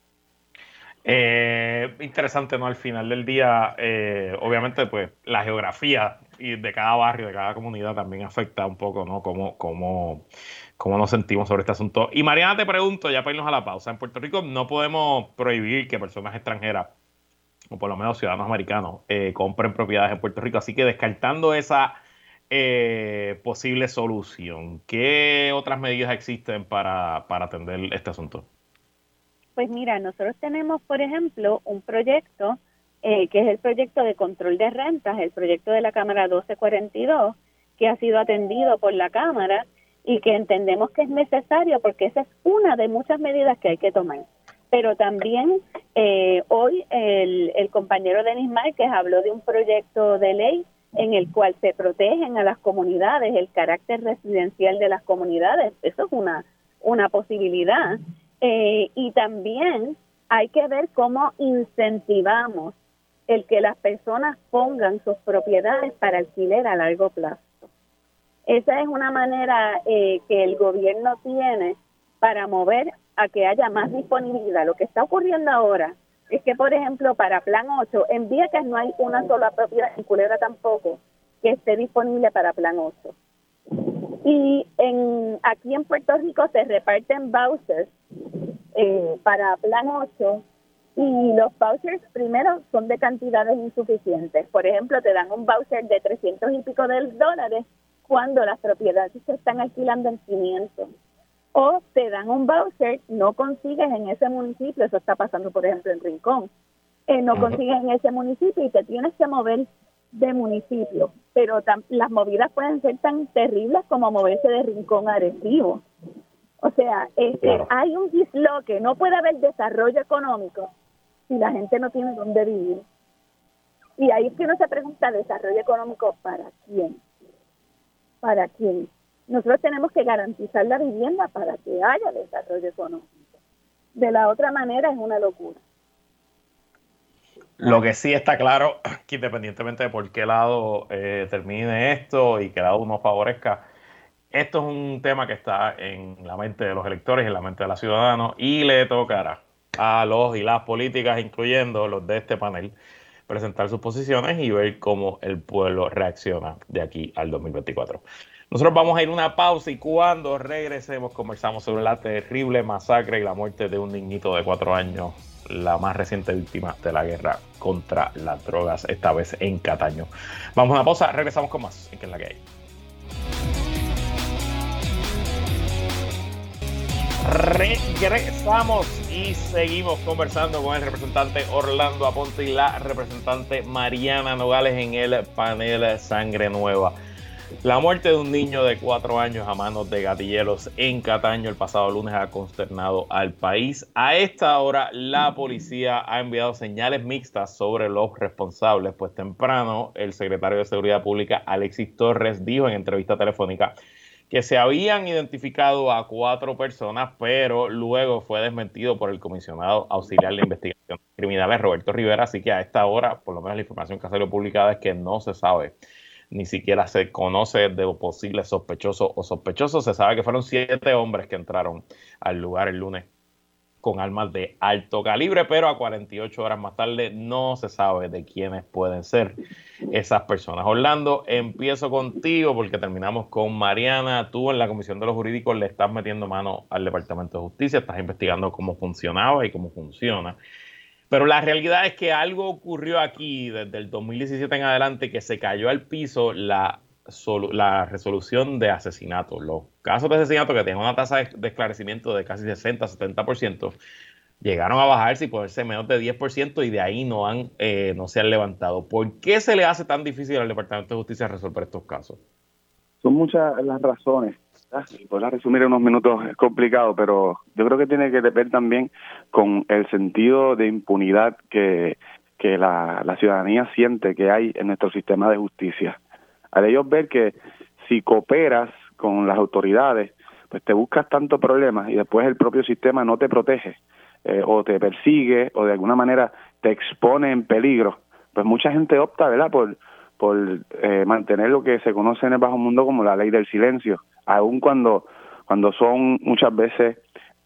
Eh, interesante, ¿no? Al final del día, eh, obviamente, pues la geografía y de cada barrio, de cada comunidad también afecta un poco, ¿no? Cómo, cómo, cómo nos sentimos sobre este asunto. Y Mariana, te pregunto, ya para irnos a la pausa, en Puerto Rico no podemos prohibir que personas extranjeras, o por lo menos ciudadanos americanos, eh, compren propiedades en Puerto Rico. Así que descartando esa eh, posible solución, ¿qué otras medidas existen para, para atender este asunto? Pues mira, nosotros tenemos, por ejemplo, un proyecto eh, que es el proyecto de control de rentas, el proyecto de la Cámara doce cuarenta y dos, que ha sido atendido por la Cámara y que entendemos que es necesario porque esa es una de muchas medidas que hay que tomar. Pero también eh, hoy el, el compañero Denis Márquez habló de un proyecto de ley en el cual se protegen a las comunidades, el carácter residencial de las comunidades. Eso es una, una posibilidad. Eh, y también hay que ver cómo incentivamos el que las personas pongan sus propiedades para alquiler a largo plazo. Esa es una manera eh, que el gobierno tiene para mover a que haya más disponibilidad. Lo que está ocurriendo ahora es que, por ejemplo, para Plan ocho, en Vieques no hay una sola propiedad, en Culebra tampoco, que esté disponible para Plan ocho. Y en aquí en Puerto Rico se reparten vouchers eh, para Plan ocho, y los vouchers primero son de cantidades insuficientes. Por ejemplo, te dan un voucher de trescientos y pico de dólares cuando las propiedades se están alquilando en quinientos. O te dan un voucher, no consigues en ese municipio, eso está pasando por ejemplo en Rincón, eh, no consigues en ese municipio y te tienes que mover de municipio, pero tam- las movidas pueden ser tan terribles como moverse de Rincón a Arecibo. O sea, este, claro. Hay un disloque, no puede haber desarrollo económico si la gente no tiene dónde vivir. Y ahí es que uno se pregunta, ¿desarrollo económico para quién? ¿Para quién? Nosotros tenemos que garantizar la vivienda para que haya desarrollo económico. De la otra manera es una locura. Lo que sí está claro, que independientemente de por qué lado eh, termine esto y que lado uno favorezca, esto es un tema que está en la mente de los electores y en la mente de los ciudadanos, y le tocará a los y las políticas, incluyendo los de este panel, presentar sus posiciones y ver cómo el pueblo reacciona de aquí al dos mil veinticuatro. Nosotros vamos a ir a una pausa y cuando regresemos conversamos sobre la terrible masacre y la muerte de un niñito de cuatro años, la más reciente víctima de la guerra contra las drogas, esta vez en Cataño. Vamos a una pausa, regresamos con más en ¿Qué es la que hay? Regresamos y seguimos conversando con el representante Orlando Aponte y la representante Mariana Nogales en el panel Sangre Nueva. La muerte de un niño de cuatro años a manos de gatilleros en Cataño el pasado lunes ha consternado al país. A esta hora, la policía ha enviado señales mixtas sobre los responsables, pues temprano el secretario de Seguridad Pública, Alexis Torres, dijo en entrevista telefónica que se habían identificado a cuatro personas, pero luego fue desmentido por el comisionado auxiliar de investigación criminales, Roberto Rivera, así que a esta hora, por lo menos la información que ha salido publicada es que no se sabe, ni siquiera se conoce de posibles sospechosos o sospechosos. Se sabe que fueron siete hombres que entraron al lugar el lunes con armas de alto calibre, pero a cuarenta y ocho horas más tarde no se sabe de quiénes pueden ser esas personas. Orlando, empiezo contigo porque terminamos con Mariana. Tú en la Comisión de los Jurídicos le estás metiendo mano al Departamento de Justicia, estás investigando cómo funcionaba y cómo funciona. Pero la realidad es que algo ocurrió aquí desde el dos mil diecisiete en adelante, que se cayó al piso la la resolución de asesinatos. Los casos de asesinato que tienen una tasa de esclarecimiento de casi sesenta a setenta por ciento llegaron a bajarse y ponerse menos de diez por ciento y de ahí no, han, eh, no se han levantado. ¿Por qué se le hace tan difícil al Departamento de Justicia resolver estos casos? Son muchas las razones. Y poder resumir en unos minutos es complicado, pero yo creo que tiene que ver también con el sentido de impunidad que, que la, la ciudadanía siente que hay en nuestro sistema de justicia. Al ellos ver que si cooperas con las autoridades, pues te buscas tantos problemas y después el propio sistema no te protege, eh, o te persigue, o de alguna manera te expone en peligro, pues mucha gente opta, ¿verdad?, por, por eh, mantener lo que se conoce en el bajo mundo como la ley del silencio, aun cuando, cuando son muchas veces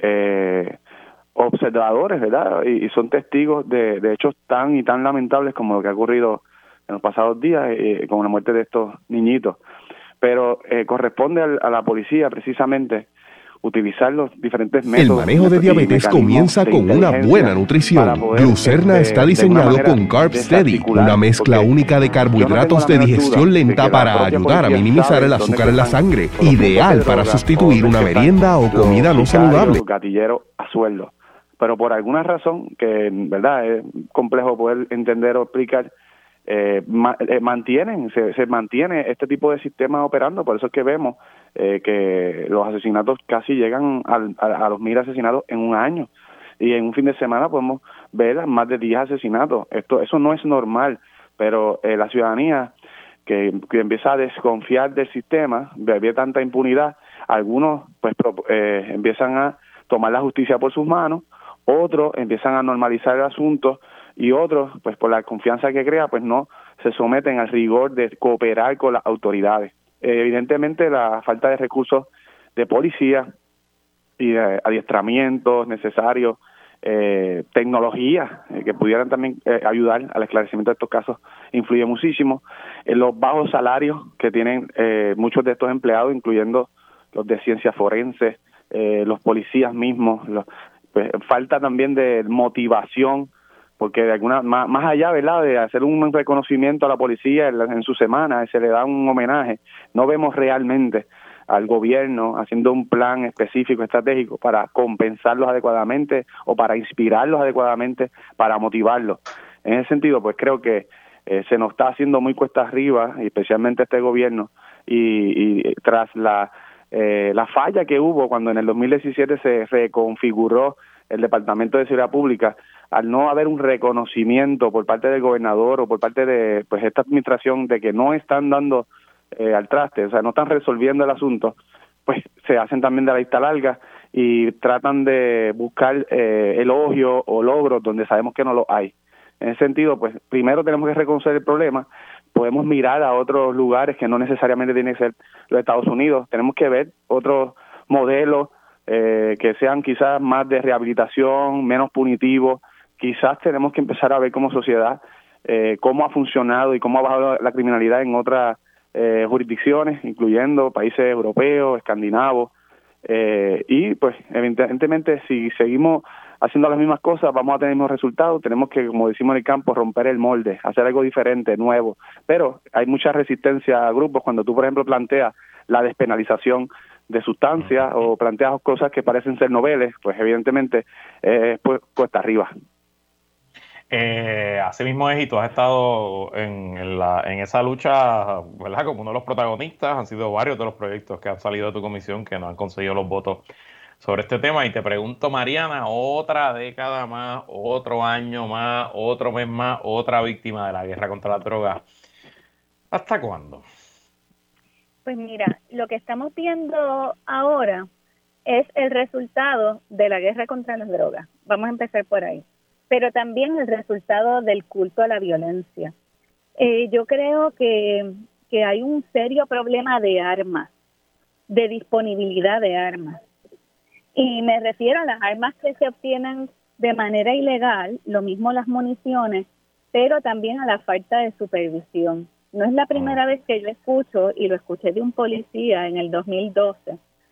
eh, observadores, ¿verdad?, y, y son testigos de, de hechos tan y tan lamentables como lo que ha ocurrido en los pasados días eh, con la muerte de estos niñitos. Pero eh, corresponde al, a la policía precisamente utilizar los diferentes métodos. El manejo de diabetes comienza con una buena nutrición. Glucerna este, está diseñado con Carb Steady, una mezcla única de carbohidratos no de digestión lenta para ayudar a minimizar el azúcar en la sangre, ideal para sustituir una merienda o comida no saludable. Gatillero a sueldo. Pero por alguna razón, que en verdad es complejo poder entender o explicar, Eh, ma, eh, mantienen, se, se mantiene este tipo de sistemas operando. Por eso es que vemos eh, que los asesinatos casi llegan al, a, a los mil asesinatos en un año, y en un fin de semana podemos ver más de diez asesinatos. Esto, eso no es normal, pero eh, la ciudadanía que, que empieza a desconfiar del sistema, ve tanta impunidad, algunos pues pro, eh, empiezan a tomar la justicia por sus manos, otros empiezan a normalizar el asunto, y otros, pues por la confianza que crea, pues no se someten al rigor de cooperar con las autoridades. Eh, evidentemente la falta de recursos de policía y de adiestramientos necesarios, eh, tecnología eh, que pudieran también eh, ayudar al esclarecimiento de estos casos, influye muchísimo. Eh, los bajos salarios que tienen eh, muchos de estos empleados, incluyendo los de ciencias forenses, eh, los policías mismos, los, pues, falta también de motivación, porque de alguna más, más allá, ¿verdad?, de hacer un reconocimiento a la policía en, en su semana, se le da un homenaje, no vemos realmente al gobierno haciendo un plan específico, estratégico para compensarlos adecuadamente o para inspirarlos adecuadamente, para motivarlos. En ese sentido, pues creo que eh, se nos está haciendo muy cuesta arriba, especialmente este gobierno, y, y tras la eh, la falla que hubo cuando en el dos mil diecisiete se reconfiguró el Departamento de Seguridad Pública, al no haber un reconocimiento por parte del gobernador o por parte de pues esta administración de que no están dando eh, al traste, o sea, no están resolviendo el asunto, pues se hacen también de la vista larga y tratan de buscar eh, elogio o logros donde sabemos que no lo hay. En ese sentido, pues primero tenemos que reconocer el problema, podemos mirar a otros lugares que no necesariamente tienen que ser los Estados Unidos, tenemos que ver otros modelos eh, que sean quizás más de rehabilitación, menos punitivos. Quizás tenemos que empezar a ver como sociedad eh, cómo ha funcionado y cómo ha bajado la criminalidad en otras eh, jurisdicciones, incluyendo países europeos, escandinavos, eh, y pues evidentemente si seguimos haciendo las mismas cosas vamos a tener los mismos resultados. Tenemos que, como decimos en el campo, romper el molde, hacer algo diferente, nuevo, pero hay mucha resistencia a grupos cuando tú, por ejemplo, planteas la despenalización de sustancias o planteas cosas que parecen ser noveles, pues evidentemente eh, pues cuesta arriba. Eh, así mismo es, y tú has estado en, en, la, en esa lucha, ¿verdad?, como uno de los protagonistas. Han sido varios de los proyectos que han salido de tu comisión que no han conseguido los votos sobre este tema. Y te pregunto, Mariana, otra década más, otro año más, otro mes más, otra víctima de la guerra contra la droga. ¿Hasta cuándo? Pues mira, lo que estamos viendo ahora es el resultado de la guerra contra las drogas. Vamos a empezar por ahí. Pero también el resultado del culto a la violencia. Eh, yo creo que, que hay un serio problema de armas, de disponibilidad de armas. Y me refiero a las armas que se obtienen de manera ilegal, lo mismo las municiones, pero también a la falta de supervisión. No es la primera vez que yo escucho, y lo escuché de un policía en el dos mil doce,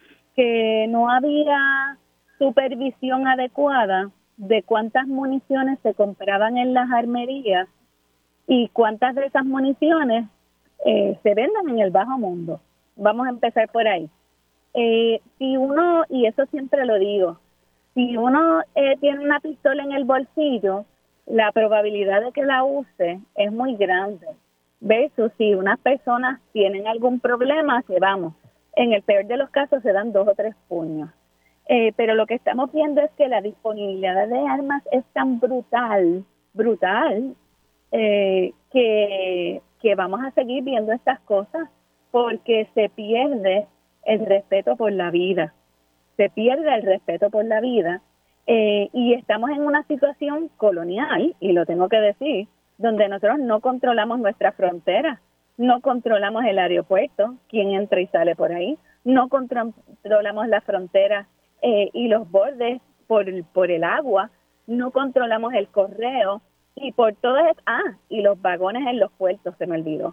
que no había supervisión adecuada de cuántas municiones se compraban en las armerías y cuántas de esas municiones eh, se venden en el bajo mundo. Vamos a empezar por ahí. Eh, si uno, y eso siempre lo digo, si uno eh, tiene una pistola en el bolsillo, la probabilidad de que la use es muy grande. Versus si unas personas tienen algún problema, que vamos, en el peor de los casos se dan dos o tres puños. Eh, pero lo que estamos viendo es que la disponibilidad de armas es tan brutal, brutal, eh, que, que vamos a seguir viendo estas cosas porque se pierde el respeto por la vida. Se pierde el respeto por la vida eh, y estamos en una situación colonial, y lo tengo que decir, donde nosotros no controlamos nuestras fronteras, no controlamos el aeropuerto, quién entra y sale por ahí, no controlamos las fronteras eh, y los bordes por, por el agua, no controlamos el correo y por todas, ah, y los vagones en los puertos, se me olvidó.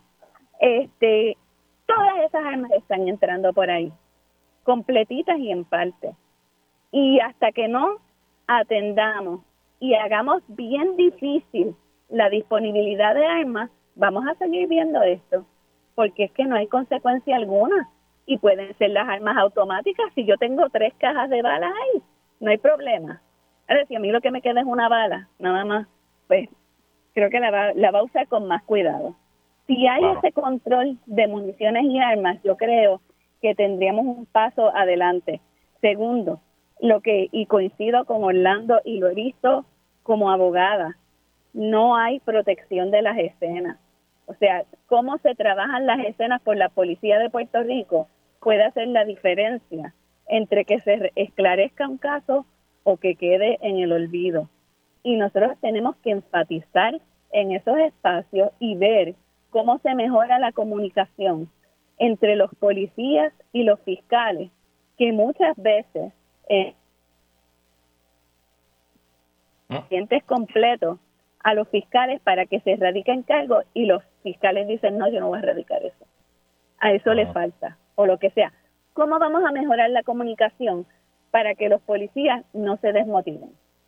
Este, todas esas armas están entrando por ahí, completitas y en parte. Y hasta que no atendamos y hagamos bien difícil la disponibilidad de armas, vamos a seguir viendo esto, porque es que no hay consecuencia alguna, y pueden ser las armas automáticas. Si yo tengo tres cajas de balas ahí, no hay problema. Ahora, si a mí lo que me queda es una bala, nada más, pues creo que la va, la va a usar con más cuidado. Si hay claro. ese control de municiones y armas, yo creo que tendríamos un paso adelante. Segundo, lo que, y coincido con Orlando, y lo he visto como abogada, no hay protección de las escenas. O sea, cómo se trabajan las escenas por la policía de Puerto Rico puede hacer la diferencia entre que se esclarezca un caso o que quede en el olvido. Y nosotros tenemos que enfatizar en esos espacios y ver cómo se mejora la comunicación entre los policías y los fiscales, que muchas veces eh, pacientes completos a los fiscales para que se radiquen cargos, y los fiscales dicen, no, yo no voy a radicar eso. A eso uh-huh. le falta, o lo que sea. ¿Cómo vamos a mejorar la comunicación para que los policías no se desmotiven?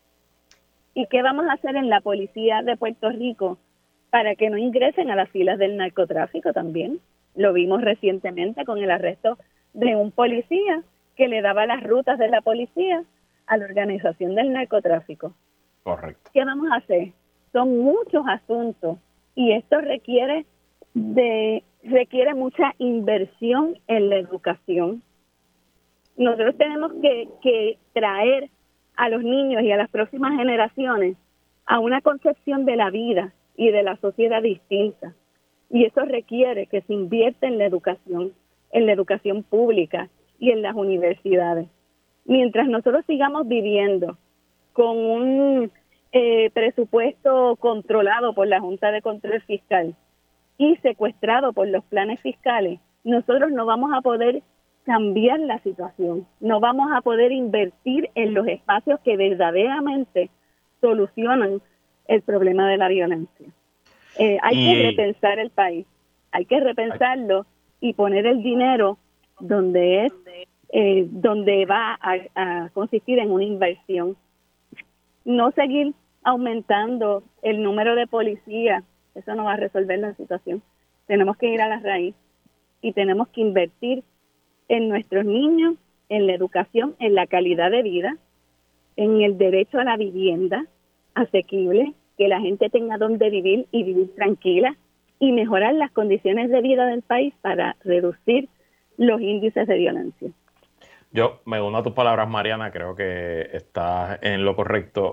¿Y qué vamos a hacer en la policía de Puerto Rico para que no ingresen a las filas del narcotráfico también? Lo vimos recientemente con el arresto de un policía que le daba las rutas de la policía a la organización del narcotráfico. Correcto. ¿Qué vamos a hacer? Son muchos asuntos y esto requiere de requiere mucha inversión en la educación. Nosotros tenemos que, que traer a los niños y a las próximas generaciones a una concepción de la vida y de la sociedad distinta. Y eso requiere que se invierta en la educación, en la educación pública y en las universidades. Mientras nosotros sigamos viviendo con un eh, presupuesto controlado por la Junta de Control Fiscal y secuestrado por los planes fiscales, nosotros no vamos a poder cambiar la situación, no vamos a poder invertir en los espacios que verdaderamente solucionan el problema de la violencia. Eh, hay y... que repensar el país, hay que repensarlo y poner el dinero donde es, eh, donde va a, a consistir en una inversión. No seguir aumentando el número de policías, eso no va a resolver la situación. Tenemos que ir a la raíz y tenemos que invertir en nuestros niños, en la educación, en la calidad de vida, en el derecho a la vivienda asequible, que la gente tenga donde vivir y vivir tranquila, y mejorar las condiciones de vida del país para reducir los índices de violencia. Yo me uno a tus palabras, Mariana, creo que estás en lo correcto.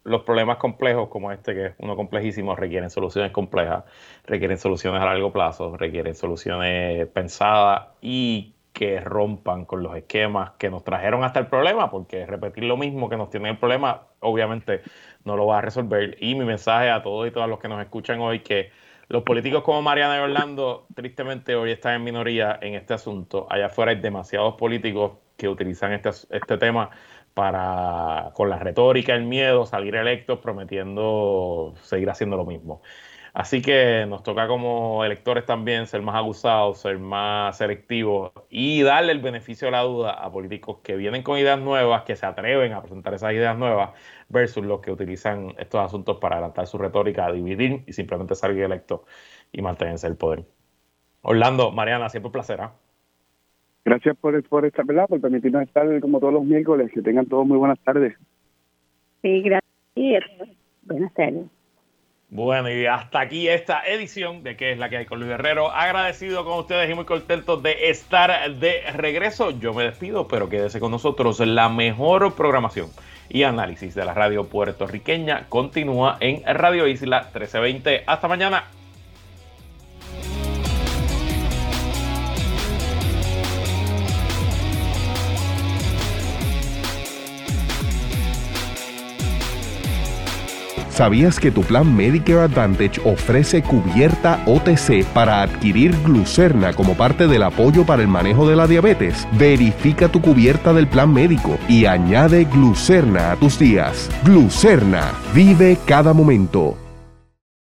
los problemas complejos como este, que es uno complejísimo, requieren soluciones complejas, requieren soluciones a largo plazo, requieren soluciones pensadas y que rompan con los esquemas que nos trajeron hasta el problema, porque repetir lo mismo que nos tiene el problema, obviamente no lo va a resolver. Y mi mensaje a todos y todas los que nos escuchan hoy, que los políticos como Mariana y Orlando, tristemente hoy están en minoría en este asunto. Allá afuera hay demasiados políticos que utilizan este, este tema para, con la retórica, el miedo, salir electos prometiendo seguir haciendo lo mismo. Así que nos toca como electores también ser más abusados, ser más selectivos y darle el beneficio de la duda a políticos que vienen con ideas nuevas, que se atreven a presentar esas ideas nuevas, versus los que utilizan estos asuntos para adelantar su retórica, a dividir y simplemente salir electos y mantenerse en el poder. Orlando, Mariana, siempre un placer, ¿eh? Gracias por, por esta, ¿verdad? Por permitirnos estar como todos los miércoles. Que tengan todos muy buenas tardes. Sí, gracias. Buenas tardes. Bueno, y hasta aquí esta edición de ¿Qué es la que hay con Luis Herrero? Agradecido con ustedes y muy contentos de estar de regreso. Yo me despido, pero quédese con nosotros. La mejor programación y análisis de la radio puertorriqueña continúa en Radio Isla trece veinte. Hasta mañana. ¿Sabías que tu plan Medicare Advantage ofrece cubierta O T C para adquirir Glucerna como parte del apoyo para el manejo de la diabetes? Verifica tu cubierta del plan médico y añade Glucerna a tus días. Glucerna, vive cada momento.